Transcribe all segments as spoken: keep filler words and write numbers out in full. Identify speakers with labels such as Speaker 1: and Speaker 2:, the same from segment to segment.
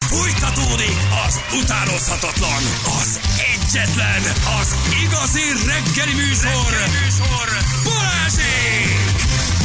Speaker 1: Fújtatódik az utánozhatatlan, az egyetlen, az igazi reggeli műsor, reggeli műsor. Balázsék!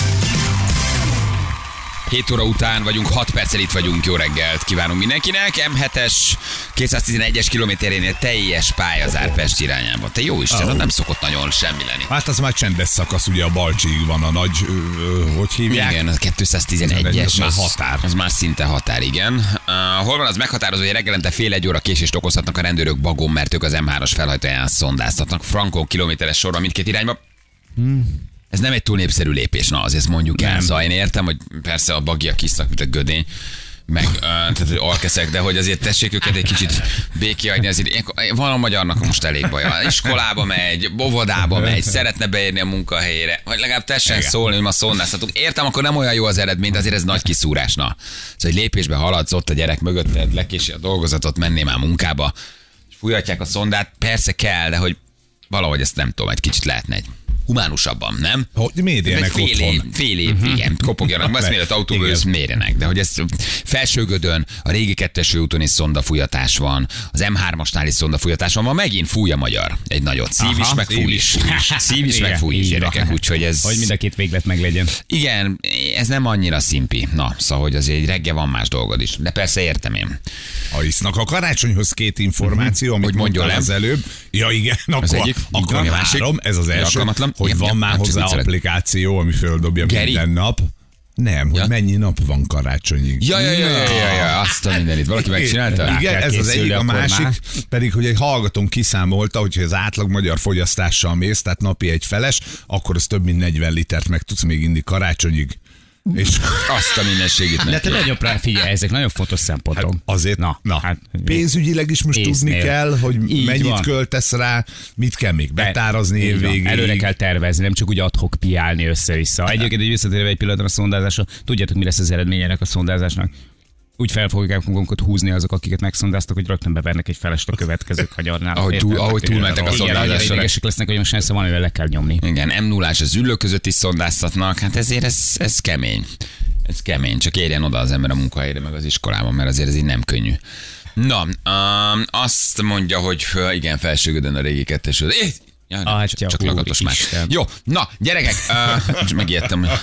Speaker 2: hét óra után vagyunk, hat perccel itt vagyunk, jó reggelt kívánunk mindenkinek. em hetes kétszáztizenegyes kilométerénél teljes pályazár Pest irányába. Te jó Isten, oh. nem szokott nagyon semmi lenni.
Speaker 3: Hát az már csendes szakasz, ugye a Balcsiig van a nagy, ö, ö, hogy hívják?
Speaker 2: Igen, a kétszáztizenegyes,
Speaker 3: az már határ.
Speaker 2: Az már szinte határ, igen. Uh, hol van az meghatározó, hogy reggelente fél egy óra késést okozhatnak a rendőrök Bagon, mert ők az em hármas felhajtóján szondáztatnak. Frankon kilométeres sorra mindkét irányba. Hmm. Ez nem egy túl népszerű lépés, na azért mondjuk el. Szóval én értem, hogy persze a bagiak kisznak, mint a gödény, meg uh, tehát alkeszek, de hogy azért tessék őket egy kicsit békéhagyni, azért van a magyarnak most elég baja. Iskolába megy, óvodába megy, szeretne beérni a munkahelyére, vagy legalább tessen szólni, hogy ma szondáztatunk. Értem, akkor nem olyan jó az eredmény, de azért ez nagy kiszúrás. Na. Szóval, hogy lépésbe haladsz ott a gyerek mögötted, lekési a dolgozatot, menné már munkába, és fújhatják a szondát, persze kell, de hogy valahogy ezt nem tudom, egy kicsit lehetne egy humánusabban, nem?
Speaker 3: Hogy miért élnek
Speaker 2: fél
Speaker 3: otthon?
Speaker 2: Év, fél év, uh-huh. igen, kopogjanak, azt mielőtt autóból ősz mérjenek, de hogy ez Felsőgödön, a régi kettes úton is szondafújatás van, az em hármasnál is szondafújatás van, ma megint fúj a magyar egy nagyot. Szív is,
Speaker 4: Aha,
Speaker 2: meg fúj is. Szív is, szív is meg fúj is, gyerekek, úgyhogy ez...
Speaker 4: Hogy mind a két véglet meglegyen.
Speaker 2: Igen, ez nem annyira szimpi. Na, szóval, hogy azért egy reggel van más dolgod is. De persze értem én.
Speaker 3: Ha isznak a karácsonyhoz két információ, amit
Speaker 2: hogy mondjon
Speaker 3: az előbb. Ja igen, akkor,
Speaker 2: egyik,
Speaker 3: akkor
Speaker 2: igen,
Speaker 3: három, ez az első, hogy
Speaker 2: igen,
Speaker 3: van
Speaker 2: igen,
Speaker 3: már hozzá applikáció, ami földobja
Speaker 2: Geri?
Speaker 3: minden nap. Nem, hogy
Speaker 2: Ja.
Speaker 3: mennyi nap van karácsonyig.
Speaker 2: Ja, ja, ja, ja, ja, ja, azt a mindenit. Valaki megcsinálta?
Speaker 3: Igen, ez az egyik, a másik
Speaker 4: már.
Speaker 3: pedig, hogy egy hallgatón kiszámolta, hogyha az átlag magyar fogyasztással mész, tehát napi egy feles, akkor az több mint negyven litert meg tudsz még inni karácsonyig. És
Speaker 2: azt a mindenségét
Speaker 4: De
Speaker 2: neki.
Speaker 4: te nagyon prá- figyelj, ezek nagyon fontos szempontok.
Speaker 3: hát azért, na, na
Speaker 4: hát,
Speaker 3: pénzügyileg is most
Speaker 4: észnél.
Speaker 3: tudni kell, hogy
Speaker 4: Így
Speaker 3: mennyit
Speaker 4: van.
Speaker 3: költesz rá, mit kell még betárazni
Speaker 4: Így van.
Speaker 3: évvégéig.
Speaker 4: Előre kell tervezni, nem csak úgy adhok piálni össze-vissza. Egyébként egy visszatérve egy pillanatra a szondázásra, tudjátok, mi lesz az eredményének a szondázásnak? Úgy fel fogják magunkat húzni azok, akiket megszondáztak, hogy rögtön bevernek egy felest a következő hagyarnál.
Speaker 2: Ahogy túl- ahogy túlmentek a szondázásra.
Speaker 4: Igen, idegesek lesznek, hogy most ezt valamivel le kell nyomni.
Speaker 2: Igen, em nullás az ülők között is szondáztatnak, hát ezért ez, ez kemény. Ez kemény, csak érjen oda az ember a munkahelyre, meg az iskolában, mert azért ez így nem könnyű. Na, um, azt mondja, hogy föl, igen, Felsőgödön a régi kettes. Eh, ja, nem,
Speaker 4: Atya,
Speaker 2: csak, csak lakatos már.
Speaker 4: Isten.
Speaker 2: Jó, na, gyerekek, uh, megijedtem, hogy...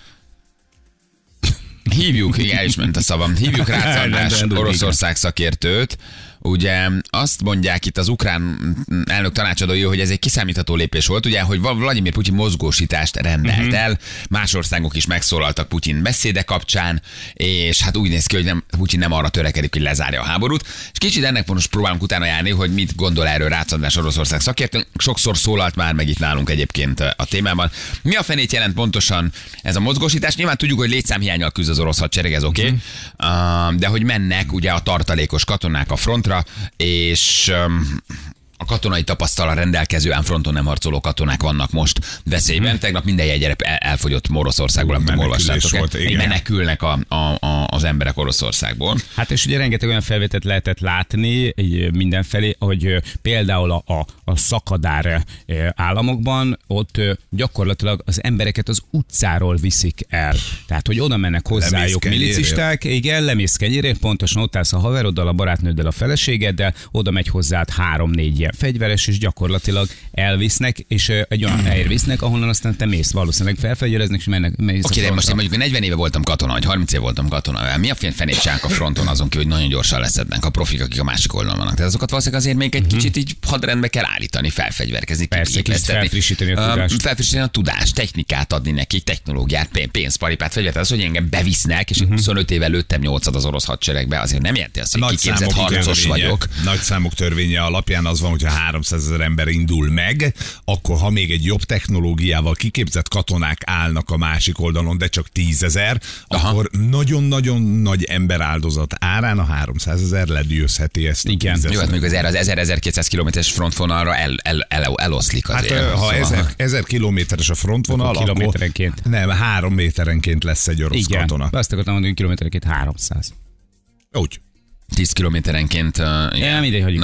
Speaker 2: Hívjuk, igen, el is ment a szavam, hívjuk Rácz András, Oroszország szakértőt. Ugye azt mondják itt az ukrán elnök tanácsadói, hogy ez egy kiszámítható lépés volt, ugye, hogy Vladimir Putyin mozgósítást rendelt uh-huh. el, más országok is megszólaltak Putyin beszéde kapcsán, és hát úgy néz ki, hogy nem, Putyin nem arra törekedik, hogy lezárja a háborút. És kicsit ennek most próbálunk utána járni, hogy mit gondol erről Rácz András, Oroszország szakértő. Sokszor szólalt már meg itt nálunk egyébként a témában. Mi a fenét jelent pontosan ez a mozgósítás? Nyilván tudjuk, hogy létszámhiánnyal küzd az orosz hadsereg, ez oké, okay. uh-huh. uh, de hogy mennek ugye a tartalékos katonák a frontra, és um, a katonai tapasztalattal rendelkező, ám fronton nem harcoló katonák vannak most veszélyben. Hmm. Tegnap minden jegyre elfogyott Oroszországból, nem tudom, olvastátok. Menekülnek a, a, a, az emberek Oroszországból.
Speaker 4: Hát és ugye rengeteg olyan felvételt lehetett látni mindenfelé, hogy például a, a, a szakadár államokban ott gyakorlatilag az embereket az utcáról viszik el. Tehát, hogy oda mennek hozzájuk milicisták, igen, lemész kenyérre, pontosan ott állsz a haveroddal, a barátnőddel, a feleségeddel, oda megy hozzád három-négy ilyen fegyveres, és gyakorlatilag elvisznek, és egy olyan helyre visznek, ahonnan aztán te mész, valószínűleg felfegyvereznek, és mennek.
Speaker 2: Oké, okay, de most én mondjuk negyven éve voltam katona, vagy harminc éve voltam katona. Mi a fenét csinálnak a fronton azon ki, hogy nagyon gyorsan leszednek a profik, akik a másik oldalon vannak. Tehát azokat valószínűleg azért még egy uh-huh. kicsit így hadrendbe kell állítani, felfegyverkezni,
Speaker 4: persze, felfrissíteni a tudást.
Speaker 2: Uh, felfrissíteni a tudást, technikát adni nekik, technológiát, pénzparipát, fegyvert. Az, hogy engem bevisznek, és uh-huh. huszonöt éve lőttem nyolcat az orosz hadseregbe, azért nem jelenti azt, hogy kiképzett harcos vagyok.
Speaker 3: Nagy számok törvénye alapján az van, hogyha háromszázezer ember indul meg, akkor ha még egy jobb technológiával kiképzett katonák állnak a másik oldalon, de csak tízezer, akkor nagyon-nagyon nagy emberáldozat árán a háromszázezer ledűzheti ezt a
Speaker 2: igen.
Speaker 3: tízezer.
Speaker 2: Jó, hát mondjuk az az ezer-ezerkétszáz kilométeres frontvonalra el, el, el, eloszlik azért.
Speaker 3: Hát ha
Speaker 2: szóval...
Speaker 3: ezer, ezer kilométeres a frontvonal, akkor,
Speaker 4: kilométerenként.
Speaker 3: akkor nem, három méterenként lesz egy orosz
Speaker 4: igen.
Speaker 3: katona.
Speaker 4: Azt akartam mondani, hogy kilométerenként háromszáz.
Speaker 3: Úgy.
Speaker 2: tíz kilométerenként. Uh,
Speaker 4: nem mindegy, hogy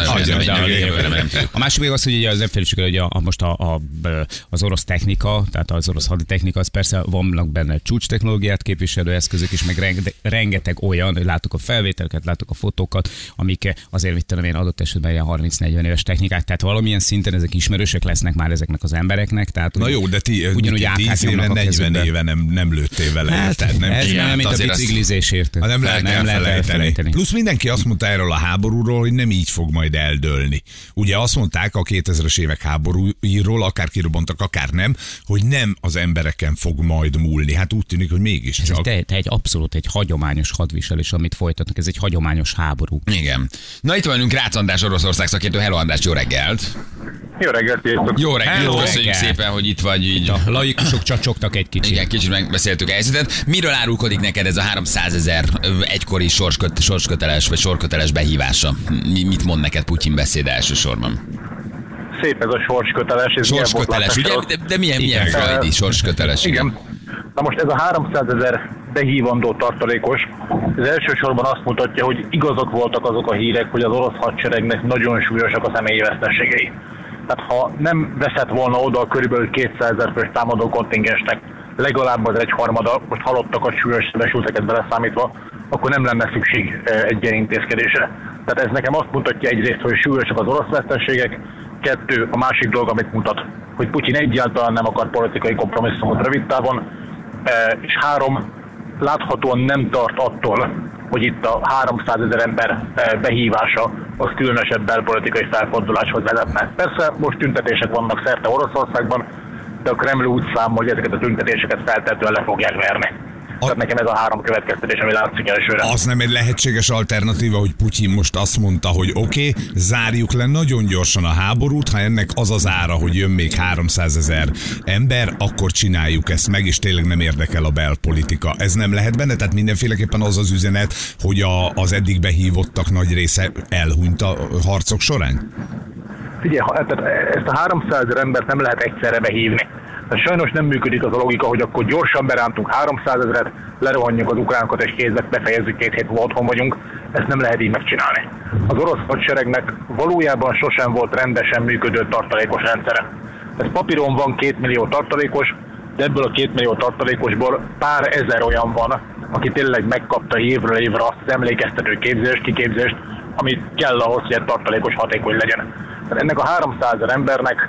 Speaker 4: a másik még az, hogy ugye nem felejtsük el, hogy a, a, most a, a, az orosz technika, tehát az orosz haditechnika, az persze vannak benne csúcs technológiát képviselő eszközök is, meg rengeteg, rengeteg olyan, hogy látok a felvételeket, látok a fotókat, amik azért, mit tudom én, adott esetben ilyen harminc-negyven éves technikák, tehát valamilyen szinten ezek ismerősek lesznek már ezeknek az embereknek. Tehát
Speaker 3: na jó, de ti ugyanúgy tíz éve, negyven éve nem, nem lőttél vele.
Speaker 4: Hát, tehát nem, ez nem, mint a biciklizésért.
Speaker 3: Nem lehet elfelejteni. Plusz mindenki azt mondta erről a háborúról, hogy nem így fog majd eldőlni. Ugye azt mondták a kétezres évek háborúiról, akár kirobbantak, akár nem, hogy nem az embereken fog majd múlni. Hát úgy tűnik, hogy mégiscsak.
Speaker 4: Ez egy, te egy abszolút egy hagyományos hadviselés, amit folytatnak. Ez egy hagyományos háború.
Speaker 2: Igen. Na itt vagyunk, Rácz András, Oroszország szakértő. Hello András, jó reggelt!
Speaker 5: Jó reggelt, sziasztok!
Speaker 2: Jó reggelt,
Speaker 4: Hello,
Speaker 2: köszönjük
Speaker 4: reggel.
Speaker 2: szépen, hogy itt vagy. Így.
Speaker 4: A laikusok csacsogtak egy kicsit.
Speaker 2: Igen, kicsit megbeszéltük a helyzetet. Miről árulkodik neked ez a háromszázezer egykori sorsköt, sorsköteles vagy sorköteles behívása? Mi, mit mond neked Putyin beszéde elsősorban?
Speaker 5: Szép ez a sorsköteles. Ez
Speaker 2: sorsköteles, ugye? De, de milyen, milyen frajdi sorsköteles?
Speaker 5: Igen. Na most ez a háromszázezer behívandó tartalékos, ez elsősorban azt mutatja, hogy igazak voltak azok a hírek, hogy az orosz hadseregnek nagyon súlyosak a személyi veszteségei. Tehát ha nem veszett volna oda a körülbelül kétszázezer fős támadó kontingensnek legalább az egyharmada, most halottakat, súlyos sebesülteket beleszámítva, akkor nem lenne szükség egy ilyen intézkedésre. Tehát ez nekem azt mutatja egyrészt, hogy súlyosak az orosz veszteségek, kettő, a másik dolog, amit mutat, hogy Putyin egyáltalán nem akar politikai kompromisszumot rövid távon, és három, láthatóan nem tart attól, hogy itt a háromszázezer ember behívása az különösebb belpolitikai felforduláshoz vezetne. Persze most tüntetések vannak szerte Oroszországban, de a Kreml úgy számol, hogy ezeket a tüntetéseket feltétlenül le fogják verni. A... Tehát nekem ez a három következtetés, ami látszik elsőre.
Speaker 3: Az nem egy lehetséges alternatíva, hogy Putyin most azt mondta, hogy oké, okay, zárjuk le nagyon gyorsan a háborút, ha ennek az az ára, hogy jön még háromszázezer ember, akkor csináljuk ezt meg, és tényleg nem érdekel a belpolitika. Ez nem lehet benne? Tehát mindenféleképpen az az üzenet, hogy a, az eddig behívottak nagy része elhunyt a harcok során?
Speaker 5: Figyelj, ezt a háromszázezer embert nem lehet egyszerre behívni. Tehát sajnos nem működik az a logika, hogy akkor gyorsan berántunk háromszázezret, lerohanjuk az ukránokat és kézbe befejezzük, két hét múlva otthon vagyunk. Ezt nem lehet így megcsinálni. Az orosz hadseregnek valójában sosem volt rendesen működő tartalékos rendszere. Ez papíron van két millió tartalékos, de ebből a két millió tartalékosból pár ezer olyan van, aki tényleg megkapta évről évre azt az emlékeztető képzést, kiképzést, amit kell ahhoz, hogy egy tartalékos hatékony legyen. Tehát ennek a háromszázezer embernek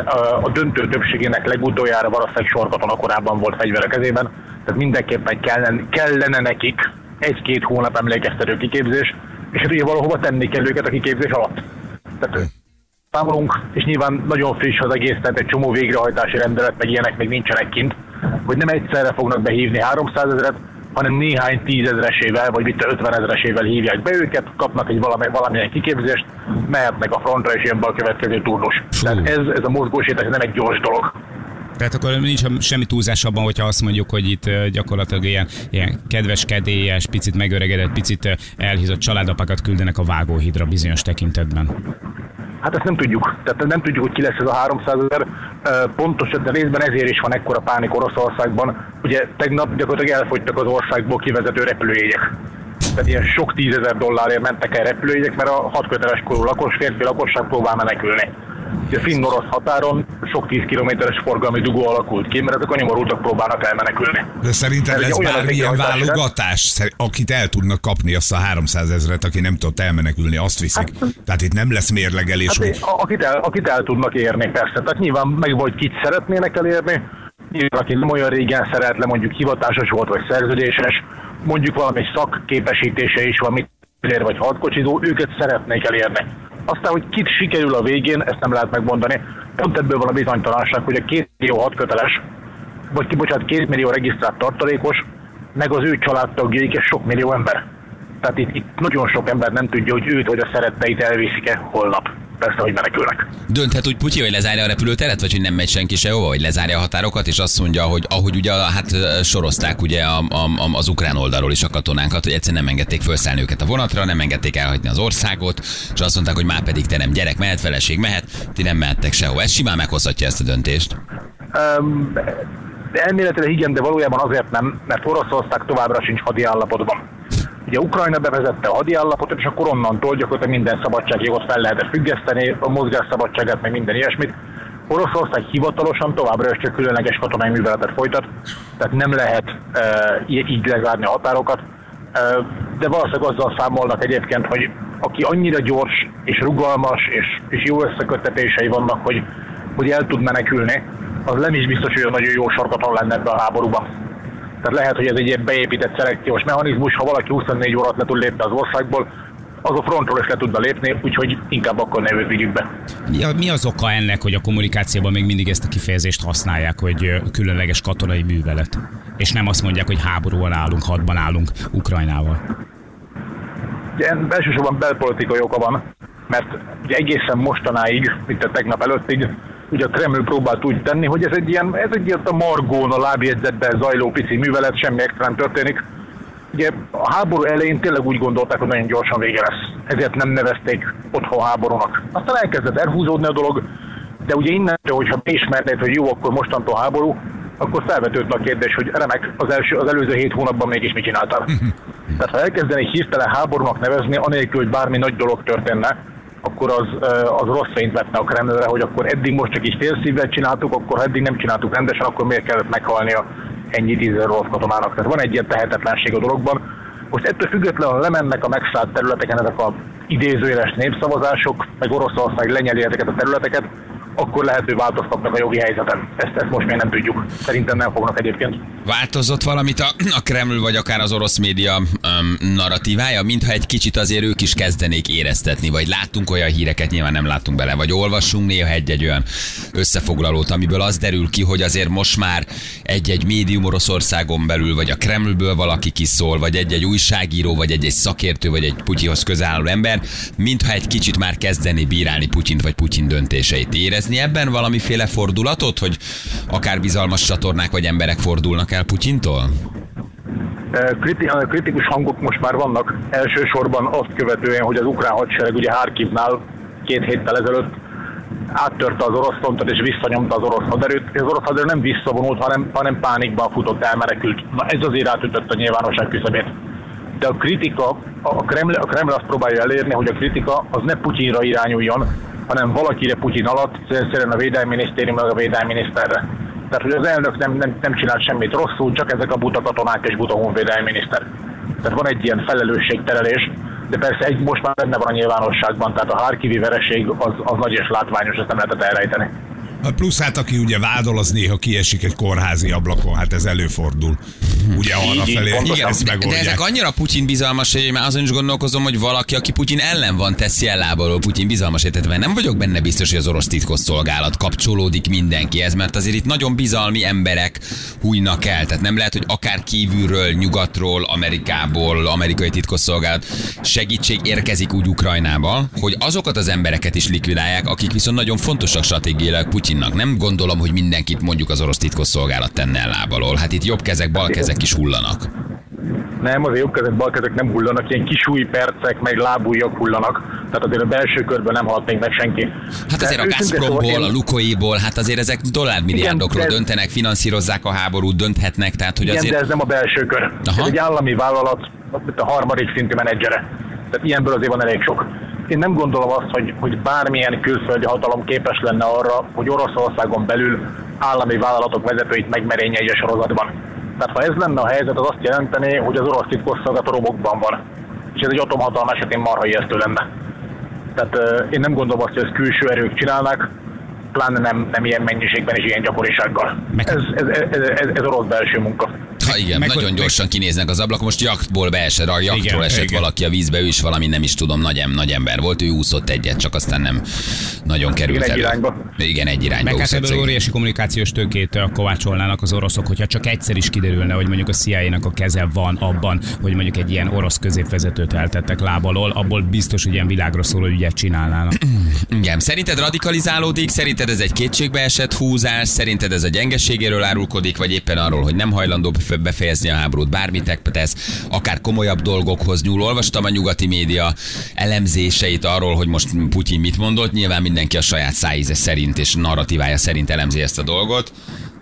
Speaker 5: a döntő többségének legutoljára valószínűleg sorkatona korábban volt fegyver a kezében, tehát mindenképpen kellene, kellene nekik egy-két hónap emlékeztető kiképzés, és ugye valahova tenni kell őket a kiképzés alatt. Tehát számolunk, és nyilván nagyon friss az egész, tehát egy csomó végrehajtási rendelet, meg ilyenek még nincsenek kint, hogy nem egyszerre fognak behívni háromszázezret, hanem néhány tízezresével, vagy itt ötvenezresével hívják be őket, kapnak egy valami, valamilyen kiképzést, mehetnek a frontra, és jön be a következő turnus. Tehát ez, ez a mozgósítás nem egy gyors dolog.
Speaker 4: Tehát akkor nincs semmi túlzás abban, hogyha azt mondjuk, hogy itt gyakorlatilag ilyen, ilyen kedves, kedélyes, picit megöregedett, picit elhízott családapákat küldenek a vágóhídra bizonyos tekintetben.
Speaker 5: Hát ezt nem tudjuk. Tehát nem tudjuk, hogy ki lesz ez a háromszázezer. Pontosan, de részben ezért is van ekkora pánik Oroszországban. Ugye tegnap gyakorlatilag elfogytak az országból kivezető repülőjegyek. Tehát ilyen sok tízezer dollárért mentek el repülőjegyek, mert a hat köteles korú lakos, férfi lakosság próbál menekülni. A finn-orosz határon sok tíz kilométeres forgalmi dugó alakult ki, mert ezek a nyomorultak próbálnak elmenekülni.
Speaker 3: De szerinted lesz bármilyen válogatás, akit el tudnak kapni azt a háromszázezret, aki nem tudott elmenekülni, azt viszik. Hát, tehát itt nem lesz mérlegelés. Hát, hogy...
Speaker 5: akit, el, akit el tudnak érni, persze. Tehát nyilván meg vagy kit szeretnének elérni, nyilván aki nem olyan régen szeret le, mondjuk hivatásos volt, vagy szerződéses, mondjuk valami szakképesítése is van, mit vagy hadkocsizó, őket szeretnék elérni. Aztán, hogy kit sikerül a végén, ezt nem lehet megmondani. Pont ebből van a bizonytalanság, hogy a két millió hatköteles, vagy bocsánat, két millió regisztrált tartalékos, meg az ő családtagjaik, és sok millió ember. Tehát itt, itt nagyon sok ember nem tudja, hogy őt vagy a szeretteit elviszik-e holnap. Persze, hogy menekülnek.
Speaker 2: Dönthet úgy Putyin, hogy lezárja a repülőteret, vagy hogy nem megy senki sehova, hogy lezárja a határokat, és azt mondja, hogy ahogy ugye hát sorozták ugye a, a, az ukrán oldalról is a katonánkat, hogy egyszerűen nem engedték felszállni őket a vonatra, nem engedték elhagyni az országot, és azt mondták, hogy már pedig te nem gyerek mehet, feleség mehet, ti nem mehettek sehova. Ez simán meghozhatja ezt a döntést.
Speaker 5: Um, elméletileg igen, de valójában azért nem, mert Oroszország továbbra sincs hadi állapotban. Ugye Ukrajna bevezette a hadiállapotot, és akkor onnantól gyakorlatilag minden szabadságjogot fel lehetett függeszteni, a mozgásszabadságát, meg minden ilyesmit. Oroszország hivatalosan továbbra is csak különleges katonai műveletet folytat, tehát nem lehet e, így lezárni a határokat, e, de valószínűleg azzal számolnak egyébként, hogy aki annyira gyors és rugalmas és, és jó összeköttetései vannak, hogy, hogy el tud menekülni, az nem is biztos, hogy nagyon jó sorkaton lenne ebben a háborúban. Tehát lehet, hogy ez egy ilyen beépített szelekciós mechanizmus, ha valaki huszonnégy órát le tud lépni az országból, az a frontról is le tudna lépni, úgyhogy inkább akkor ne őt vigyük be.
Speaker 4: Mi, mi az oka ennek, hogy a kommunikációban még mindig ezt a kifejezést használják, hogy különleges katonai művelet? És nem azt mondják, hogy háborúban állunk, hadban állunk Ukrajnával?
Speaker 5: Ugye elsősorban belpolitikai oka van, mert ugye egészen mostanáig, mint a tegnap előttig, ugye a Kreml próbált úgy tenni, hogy ez egy ilyen, ez egy ilyen a margón, a lábjegyzetben zajló pici művelet, semmi extra nem történik. Ugye a háború elején tényleg úgy gondolták, hogy nagyon gyorsan vége lesz. Ezért nem nevezték otthon háborúnak. Aztán elkezdett elhúzódni a dolog, de ugye innentől, hogyha beismernéd, hogy jó, akkor mostantól háború, akkor felvetődne a kérdés, hogy remek, az, első, az előző hét hónapban mégis mit csináltál. Tehát ha elkezdenék hirtelen háborúnak nevezni, anélkül, hogy bármi nagy dolog történne, akkor az, az rossz fényt vetne a Kremlre, hogy akkor eddig most csak is félszívvel csináltuk, akkor ha eddig nem csináltuk rendesen, akkor miért kellett meghalnia ennyi tízezer orosz katonának. Tehát van egy ilyen tehetetlenség a dologban. Most ettől függetlenül lemennek a megszállt területeken ezek a idézőjeles népszavazások, meg Oroszország lenyeli ezeket a területeket, akkor lehet, hogy változtatnak a jogi helyzeten. Ezt, ezt most még nem tudjuk. Szerintem nem fognak egyébként.
Speaker 2: Változott valamit a, a Kreml, vagy akár az orosz média um, narratívája, mintha egy kicsit azért ők is kezdenék éreztetni, vagy láttunk olyan híreket, nyilván nem látunk bele, vagy olvassunk néha egy-egy olyan összefoglalót, amiből az derül ki, hogy azért most már egy-egy médium Oroszországon belül, vagy a Kremlből valaki kiszól, vagy egy-egy újságíró, vagy egy-egy szakértő, vagy egy Putyihoz közálló ember, mintha egy kicsit már kezdené bírálni Putyint, vagy Putyin döntéseit. Érezni ebben valamiféle fordulatot, hogy akár bizalmas csatornák vagy emberek fordulnak el Putyintól?
Speaker 5: Kriti- kritikus hangok most már vannak. Elsősorban azt követően, hogy az ukrán hadsereg ugye Harkivnál két héttel ezelőtt áttörte az orosz frontot és visszanyomta az orosz haderőt. Az orosz haderő nem visszavonult, hanem, hanem pánikban futott, elmenekült. Na ez azért átütött a nyilvánosság küszöbét. De a kritika, a Kreml, a Kreml azt próbálja elérni, hogy a kritika az ne Putyinra irányuljon, hanem valakire Putyin alatt, szerint a Védelmi Minisztérium, meg a Védelmi Miniszterre. Tehát, hogy az elnök nem, nem, nem csinált semmit rosszul, csak ezek a buta katonák és buta honvédelmi miniszter. Tehát van egy ilyen felelősségterelés, de persze egy most már benne van a nyilvánosságban, tehát a harkivi vereség az, az nagy és látványos, ezt nem lehetett elrejteni.
Speaker 3: Plusz hát, aki ugye vádol, az néha kiesik egy kórházi ablakon, hát ez előfordul. Ugye arra felé,
Speaker 2: igen,
Speaker 3: ezt
Speaker 2: de, de ezek annyira Putyin bizalmas, hogy én már azon is gondolkozom, hogy valaki, aki Putyin ellen van, teszi el lábalól Putyin bizalmas értetve. Nem vagyok benne biztos, hogy az orosz titkosszolgálat kapcsolódik mindenkihez, mert azért itt nagyon bizalmi emberek hújnak el. Tehát nem lehet, hogy akár kívülről, nyugatról, Amerikából, amerikai titkosszolgálat segítség érkezik úgy Ukrajnába, hogy azokat az embereket is likvidálják, akik viszont nagyon fontosak stratégiailag Putyinnak. Nem gondolom, hogy mindenkit mondjuk az orosz titkosszolgálat tenne el lábalól. Hát itt jobb kezek, bal kezek is hullanak.
Speaker 5: Nem, azért jobb kezek, bal kezek nem hullanak, ilyen kisúj percek, meg lábújak hullanak. Tehát azért a belső körben nem halt még meg senki.
Speaker 2: Hát azért a Gazpromból, a Lukoiból, hát azért ezek dollármilliárdokról igen, döntenek, finanszírozzák a háborút, dönthetnek, tehát hogy
Speaker 5: igen,
Speaker 2: azért...
Speaker 5: de ez nem a belső kör. Aha. Ez egy állami vállalat, a harmadik szintű menedzsere. Tehát ilyenből azért van elég sok. Én nem gondolom azt, hogy, hogy bármilyen külföldi hatalom képes lenne arra, hogy Oroszországon belül állami vállalatok vezetőit megmerénye egy sorozatban. Tehát ha ez lenne a helyzet, az azt jelentené, hogy az orosz titkosszolgálat romokban van. És ez egy atomhatalom esetén marha ijesztő lenne. Tehát uh, én nem gondolom azt, hogy ezt külső erők csinálnak, pláne nem, nem ilyen mennyiségben és ilyen gyakorisággal. Ez, ez, ez, ez, ez orosz belső munka.
Speaker 2: Ha igen, meg, nagyon gyorsan meg... kinéznek az ablakon. Most jachtból beesett, a jachtról igen, esett igen. valaki a vízbe, ő is valami, nem is tudom, nagy, nagy ember volt, ő úszott egyet, csak aztán nem nagyon került
Speaker 5: igen,
Speaker 2: elő.
Speaker 5: Egy irányba.
Speaker 2: Igen, egy irányba.
Speaker 4: Meg hát ebből óriási kommunikációs tőkét kovácsolnának az oroszok, hogyha csak egyszer is kiderülne, hogy mondjuk a C I A-nak a keze van abban, hogy mondjuk egy ilyen orosz középvezetőt eltettek lábalól, abból biztos, hogy ilyen világra szóló ügyet csinálnának.
Speaker 2: Igen, szerinted radikalizálódik, szerinted ez egy kétségbeesett húzás, szerinted ez a gyengeségéről árulkodik, vagy éppen arról, hogy nem hajlandó befejezni a háborút, bármit tesz, akár komolyabb dolgokhoz nyúl. Olvastam a nyugati média elemzéseit arról, hogy most Putyin mit mondott, nyilván mindenki a saját szájíze szerint és narratívája szerint elemzi ezt a dolgot,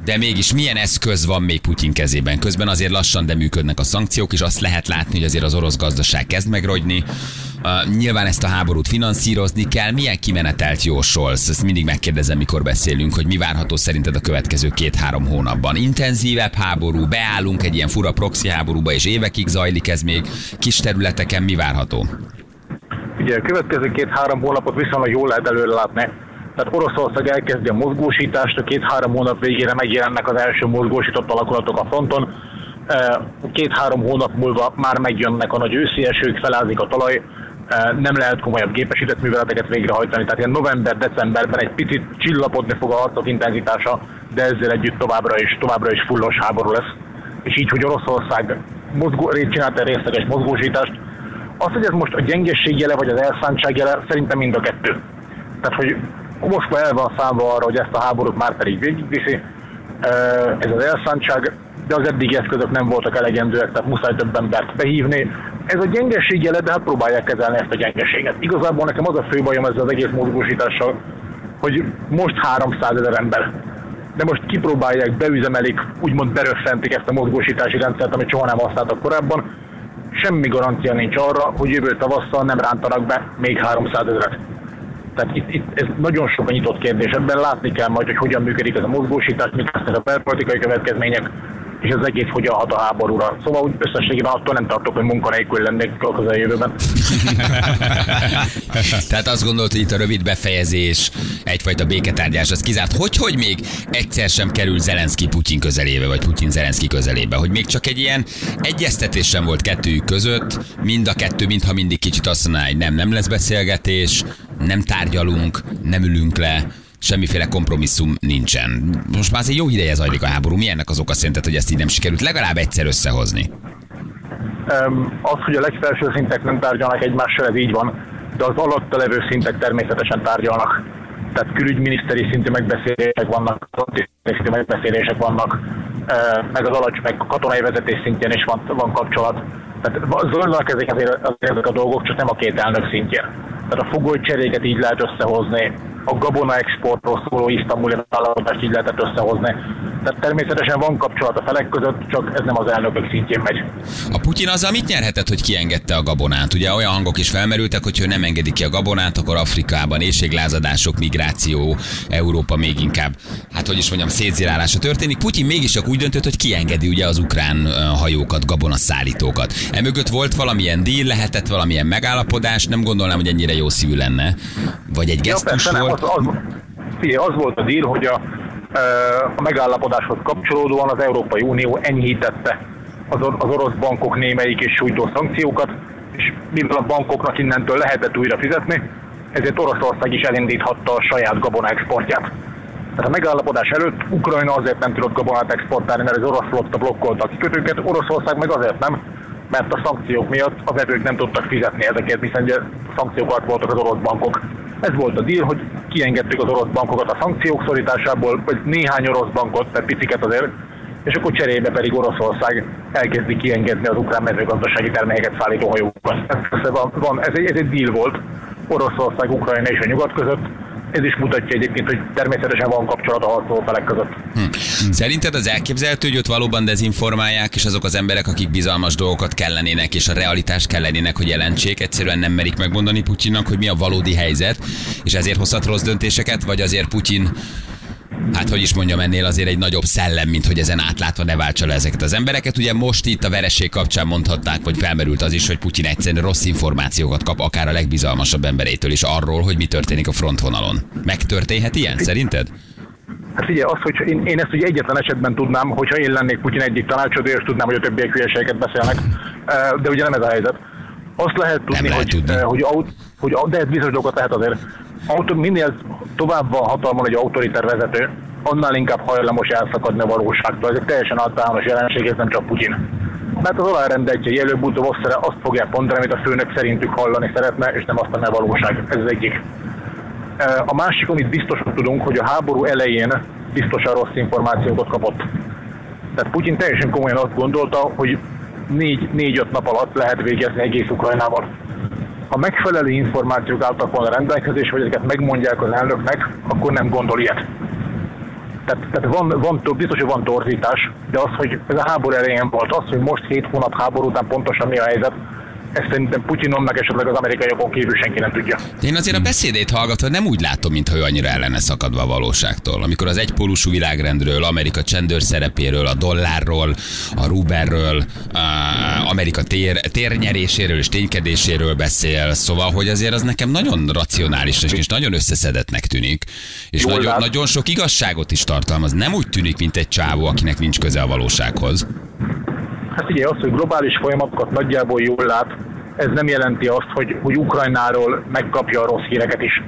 Speaker 2: De mégis milyen eszköz van még Putyin kezében? Közben azért lassan, de működnek a szankciók, és azt lehet látni, hogy azért az orosz gazdaság kezd megrogyni. Uh, nyilván ezt a háborút finanszírozni kell. Milyen kimenetelt jósolsz? Ezt mindig megkérdezem, mikor beszélünk, hogy mi várható szerinted a következő két-három hónapban. Intenzívebb háború, beállunk egy ilyen fura proxy háborúba, és évekig zajlik ez még. Kis területeken mi várható?
Speaker 5: Ugye a következő két-három hónapot viszonylag jól lehet előre látni. Tehát Oroszország elkezdi a mozgósítást, a két-három hónap végére megjelennek az első mozgósított alakulatok a fronton. Két-három hónap múlva már megjönnek a nagy őszi esők, felázik a talaj, nem lehet komolyabb gépesített műveleteket végrehajtani. Tehát ilyen november-decemberben egy picit csillapodni fog a harcok intenzitása, de ezzel együtt továbbra is, továbbra is fullos háború lesz. És így, hogy Oroszország mozgó, csinált egy részleges mozgósítást, az, hogy ez most a gyengesség jele vagy az elszántság jele, szerintem mind a kettő. Tehát, hogy Moszkva el van számva arra, hogy ezt a háborút már pedig végigviszi, ez az elszántság, de az eddigi eszközök nem voltak elegendőek, tehát muszáj több embert behívni. Ez a gyengesség jele, de hát próbálják kezelni ezt a gyengeséget. Igazából nekem az a fő bajom ezzel az egész mozgósítással, hogy most háromszázezer ember. De most kipróbálják, beüzemelik, úgymond beröffentik ezt a mozgósítási rendszert, amit soha nem használtak korábban. Semmi garancia nincs arra, hogy jövő tavasszal nem rántanak be még háromszázezret. Tehát itt, itt ez nagyon sok a nyitott kérdés. Ebben látni kell majd, hogy hogyan működik ez a mozgósítás, mit lesznek a belpolitikai következmények, és az egész hogyan hat a háborúra. Szóval úgy összességében attól nem tartok, hogy munkanélkül lennék a közeljövőben.
Speaker 2: Tehát azt gondolt, hogy itt a rövid befejezés, egyfajta béketárgyás, az kizárt. Hogy, hogy még egyszer sem kerül Zelenszky Putyin közelébe, vagy Putyin Zelenszky közelébe? Hogy még csak egy ilyen egyeztetés sem volt kettőjük között, mind a kettő, mintha mindig kicsit azt mondaná, hogy nem, nem lesz beszélgetés, nem tárgyalunk, nem ülünk le, semmiféle kompromisszum nincsen. Most már azért jó ideje zajlik a háború. Mi ennek az oka szerinted, hogy ezt így nem sikerült legalább egyszer összehozni?
Speaker 5: Um, az, hogy a legfelső szintek nem tárgyalnak egymással, ez így van, de az alatta levő szintek természetesen tárgyalnak. Tehát külügyminiszteri szintű megbeszélések vannak, szintű megbeszélések vannak, meg az alacsony, meg a katonai vezetés szintjén is van, van kapcsolat. Tehát zajlanak ezek, azért, ezek a dolgok, csak nem a két elnök szintjén. Tehát a fogolycseréket így lehet összehozni, a gabona exportról szóló isztambuli megállapodást így lehetett összehozni. Tehát természetesen van kapcsolat a felek között, csak ez nem az elnökök szintjén megy.
Speaker 2: A Putyin azzal mit nyerhetett, hogy kiengedte a gabonát? Ugye olyan hangok is felmerültek, hogy ő nem engedi ki a gabonát, akkor Afrikában éhséglázadások, migráció, Európa még inkább, hát hogy is mondjam, szétzilálása történik. Putyin mégis csak úgy döntött, hogy kiengedi ugye az ukrán hajókat, gabonaszállítókat. Emögött volt valamilyen díl, lehetett valamilyen megállapodás, nem gondolnám, hogy ennyire jó szívű lenne. Vagy egy gesztus ja, volt?
Speaker 5: Az, az, az volt a díl, hogy a, a megállapodáshoz kapcsolódóan az Európai Unió enyhítette az, az orosz bankok némelyik és sújtó szankciókat, és mivel a bankoknak innentől lehetett újra fizetni, ezért Oroszország is elindíthatta a saját gabona exportját. Tehát a megállapodás előtt Ukrajna azért nem tudott gabonát exportálni, mert az orosz flotta blokkolta a kikötőket, Oroszország meg azért nem, mert a szankciók miatt a vevők nem tudtak fizetni ezeket, hiszen ugye szankciókat voltak az orosz bankok. Ez volt a deal, hogy kiengedtük az orosz bankokat a szankciók szorításából, vagy néhány orosz bankot, tehát piciket azért, és akkor cserébe pedig Oroszország elkezdi kiengedni az ukrán mezőgazdasági termékeket szállító hajókat. Ez, van, van, ez, egy, ez egy deal volt Oroszország, Ukrajna és a nyugat között. Ez is mutatja egyébként, hogy természetesen van kapcsolat a harcoló felek között.
Speaker 2: Hm. Szerinted az elképzelhető, hogy ott valóban dezinformálják, és azok az emberek, akik bizalmas dolgokat kellenének, és a realitást kellenének, hogy jelentsék, egyszerűen nem merik megmondani Putyinnak, hogy mi a valódi helyzet, és ezért hozhat rossz döntéseket, vagy azért Putyin, hát hogy is mondjam, ennél azért egy nagyobb szellem, mint hogy ezen átlátva ne váltsa le ezeket az embereket. Ugye most itt a vereség kapcsán mondhatnák, vagy felmerült az is, hogy Putyin egyszerűen rossz információkat kap, akár a legbizalmasabb emberétől is arról, hogy mi történik a frontvonalon. Megtörténhet ilyen, szerinted?
Speaker 5: Hát figyelj, az, hogy én, én ezt ugye egyetlen esetben tudnám, hogyha én lennék Putyin egyik tanácsadója, és tudnám, hogy a többiek hülyeségeket beszélnek, de ugye nem ez a helyzet. Azt lehet tudni,
Speaker 2: lehet
Speaker 5: hogy,
Speaker 2: tudni.
Speaker 5: hogy, hogy, hogy, de ez bizonyos dolgokat lehet azért. Auto, minél tovább van hatalmon egy autoriter vezető, annál inkább hajlamos elszakadni a valóságtól. Ez egy teljesen általános jelenség, ez nem csak Putyin. Mert az alárendeltje előbb-utóbb azt fogják mondani, amit a főnök szerintük hallani szeretne, és nem azt, ami a valóság. Ez az egyik. A másik, amit biztosan tudunk, hogy a háború elején biztosan rossz információkat kapott. Tehát Putyin teljesen komolyan azt gondolta, hogy négy-öt nap alatt lehet végezni egész Ukrajnával. Ha megfelelő információk álltak volna rendelkezés, vagy ezeket megmondják az elnöknek, akkor nem gondol ilyet. Tehát, tehát van, van, biztos, hogy van torzítás, de az, hogy ez a háború elején volt, az, hogy most hét hónap háború után pontosan mi a helyzet, ezt szerintem Putyinon meg esetleg az amerikaiakon kívül senki nem tudja.
Speaker 2: Én azért a beszédét hallgatva nem úgy látom, mintha ő annyira el lenne szakadva a valóságtól. Amikor az egypólusú világrendről, Amerika csendőr szerepéről, a dollárról, a rubelről, a Amerika tér, térnyeréséről és ténykedéséről beszél, szóval, hogy azért az nekem nagyon racionális és nagyon összeszedettnek tűnik, és nagyon, nagyon sok igazságot is tartalmaz. Nem úgy tűnik, mint egy csávó, akinek nincs köze a valósághoz.
Speaker 5: Hát ugye az, hogy globális folyamatokat nagyjából jól lát, ez nem jelenti azt, hogy, hogy Ukrajnáról megkapja a rossz híreket is.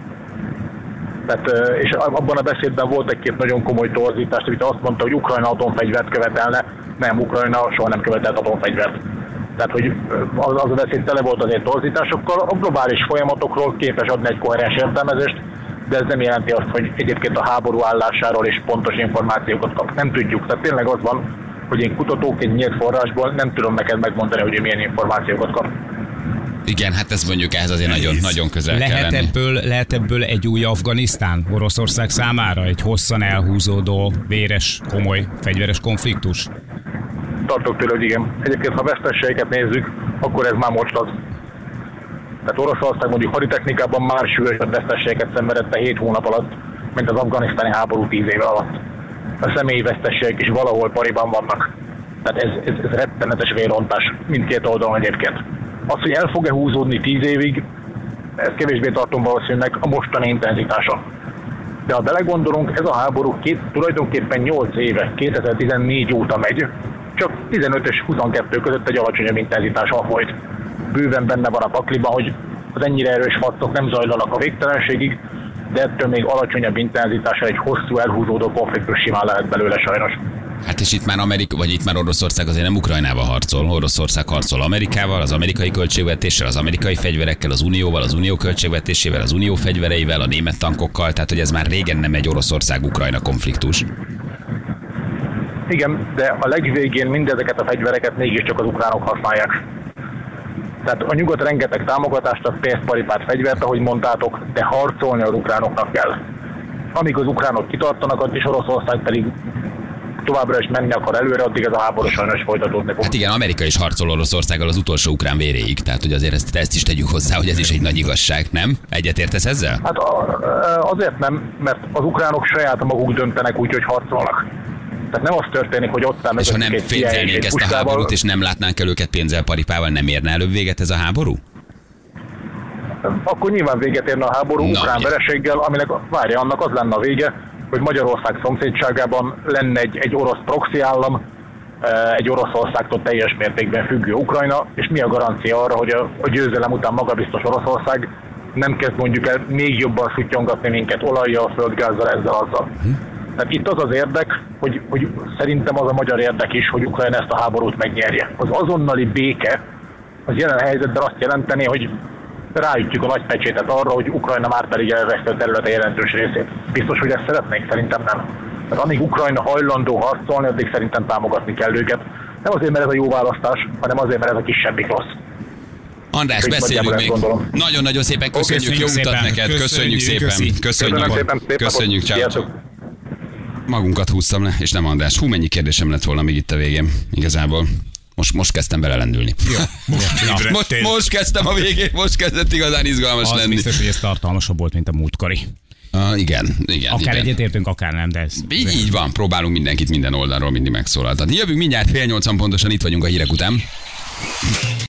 Speaker 5: Tehát, és abban a beszédben volt egy-két nagyon komoly torzítás, amit azt mondta, hogy Ukrajna atomfegyvert követelne, nem, Ukrajna soha nem követelt atomfegyvert. Tehát, hogy az, az a beszéd tele volt azért torzításokkal, a globális folyamatokról képes adni egy koherens értelmezést, de ez nem jelenti azt, hogy egyébként a háború állásáról is pontos információkat kap. Nem tudjuk, tehát tényleg az van, hogy én kutatók egy nyílt forrásból nem tudom neked megmondani, hogy milyen információkat kap.
Speaker 2: Igen, hát ez mondjuk ehhez azért nagyon, nagyon közel
Speaker 4: lehet
Speaker 2: kell lenni.
Speaker 4: Ebből, lehet ebből egy új Afganisztán Oroszország számára? Egy hosszan elhúzódó, véres, komoly fegyveres konfliktus?
Speaker 5: Tartok tőle, hogy igen. Egyébként, ha vesztességeket nézzük, akkor ez már most az. Tehát Oroszország mondjuk haditechnikában már súlyosabb vesztességeket szenvedette hét hónap alatt, mint az afganisztáni háború tíz éve alatt. A személyi vesztességek is valahol pariban vannak. Tehát ez, ez, ez rettenetes vérontás mindkét oldalon egyébként. Az, hogy el fog-e húzódni tíz évig, ezt kevésbé tartom valószínűleg a mostani intenzitása. De ha belegondolunk, ez a háború két, tulajdonképpen nyolc éve, kétezer-tizennégy óta megy, csak tizenöt és huszonkettő között egy alacsonyabb intenzitása volt. Bőven benne van a pakliban, hogy az ennyire erős harcok nem zajlanak a végtelenségig, de ettől még alacsonyabb intenzitása egy hosszú elhúzódó konfliktus simán lehet belőle sajnos.
Speaker 2: Hát és itt már Amerika, vagy itt már Oroszország azért nem Ukrajnával harcol, Oroszország harcol Amerikával, az amerikai költségvetéssel, az amerikai fegyverekkel, az Unióval, az Unió költségvetésével, az Unió fegyvereivel, a német tankokkal, tehát hogy ez már régen nem egy Oroszország-Ukrajna konfliktus.
Speaker 5: Igen, de a legvégén mindezeket a fegyvereket mégiscsak az ukránok használják. Tehát a nyugat rengeteg támogatást ad, pénzt, paripát, fegyvert, ahogy mondtátok, de harcolni az ukránoknak kell. Amíg az ukránok kitartanak, addig Oroszország pedig továbbra is menni akar előre, addig ez a háború sajnos folytatódni fog.
Speaker 2: Hát igen, Amerika is harcol Oroszországgal az utolsó ukrán véréig, tehát hogy azért ezt, ezt is tegyük hozzá, hogy ez is egy nagy igazság, nem? Egyetértesz ezzel?
Speaker 5: Hát azért nem, mert az ukránok saját maguk döntenek úgy, hogy harcolnak. Tehát nem az történik, hogy ott áll meg.
Speaker 2: És ha nem pénzelnénk ezt a háborút, és nem látnánk el őket pénzzel, paripával, nem érne előbb véget ez a háború?
Speaker 5: Akkor nyilván véget érne a háború
Speaker 2: Na,
Speaker 5: ukrán
Speaker 2: ugye.
Speaker 5: vereséggel, aminek várja, annak az lenne a vége, hogy Magyarország szomszédságában lenne egy, egy orosz proxy állam, egy Oroszországtól teljes mértékben függő Ukrajna, és mi a garancia arra, hogy a, a győzelem után magabiztos Oroszország nem kezd mondjuk el még jobban szutyongatni minket olajjal, földgázzal, ezzel, azzal. Hm. Tehát itt az az érdek, hogy, hogy szerintem az a magyar érdek is, hogy Ukrajna ezt a háborút megnyerje. Az azonnali béke az jelen helyzetben azt jelenteni, hogy ráütjük a nagy pecsétet arra, hogy Ukrajna már pedig elvesztett a területe jelentős részét. Biztos, hogy ezt szeretnénk? Szerintem nem. Tehát amíg Ukrajna hajlandó harcolni, addig szerintem támogatni kell őket. Nem azért, mert ez a jó választás, hanem azért, mert ez a kisebbik rossz.
Speaker 2: András,
Speaker 5: Úgy
Speaker 2: beszélünk még.
Speaker 5: gondolom.
Speaker 2: Nagyon-nagyon szépen köszönjük,
Speaker 4: Köszönjük
Speaker 2: jó utat
Speaker 4: szépen.
Speaker 2: neked, köszönjük,
Speaker 4: Köszönjük,
Speaker 2: szépen.
Speaker 4: köszi.
Speaker 2: Köszönjük,
Speaker 5: Köszönöm szépen, szép
Speaker 2: köszönjük,
Speaker 5: napot.
Speaker 2: ciao.
Speaker 5: Sziasztok.
Speaker 2: Magunkat húztam le, és nem András. Hú, mennyi kérdésem lett volna még itt a végén, igazából. Most, most kezdtem belelendülni.
Speaker 3: Jó, most
Speaker 2: Na,
Speaker 3: ébredtél.
Speaker 2: most, most kezdtem a végén, most kezdett igazán izgalmas
Speaker 4: Az
Speaker 2: lenni.
Speaker 4: biztos, hogy ez tartalmasabb volt, mint a múltkori.
Speaker 2: Uh, igen, igen.
Speaker 4: Akár
Speaker 2: igen.
Speaker 4: egyetértünk, akár nem, de ez...
Speaker 2: Így, így van, próbálunk mindenkit minden oldalról mindig megszólaltatni. Jövünk mindjárt fél nyolcan pontosan, itt vagyunk a hírek után.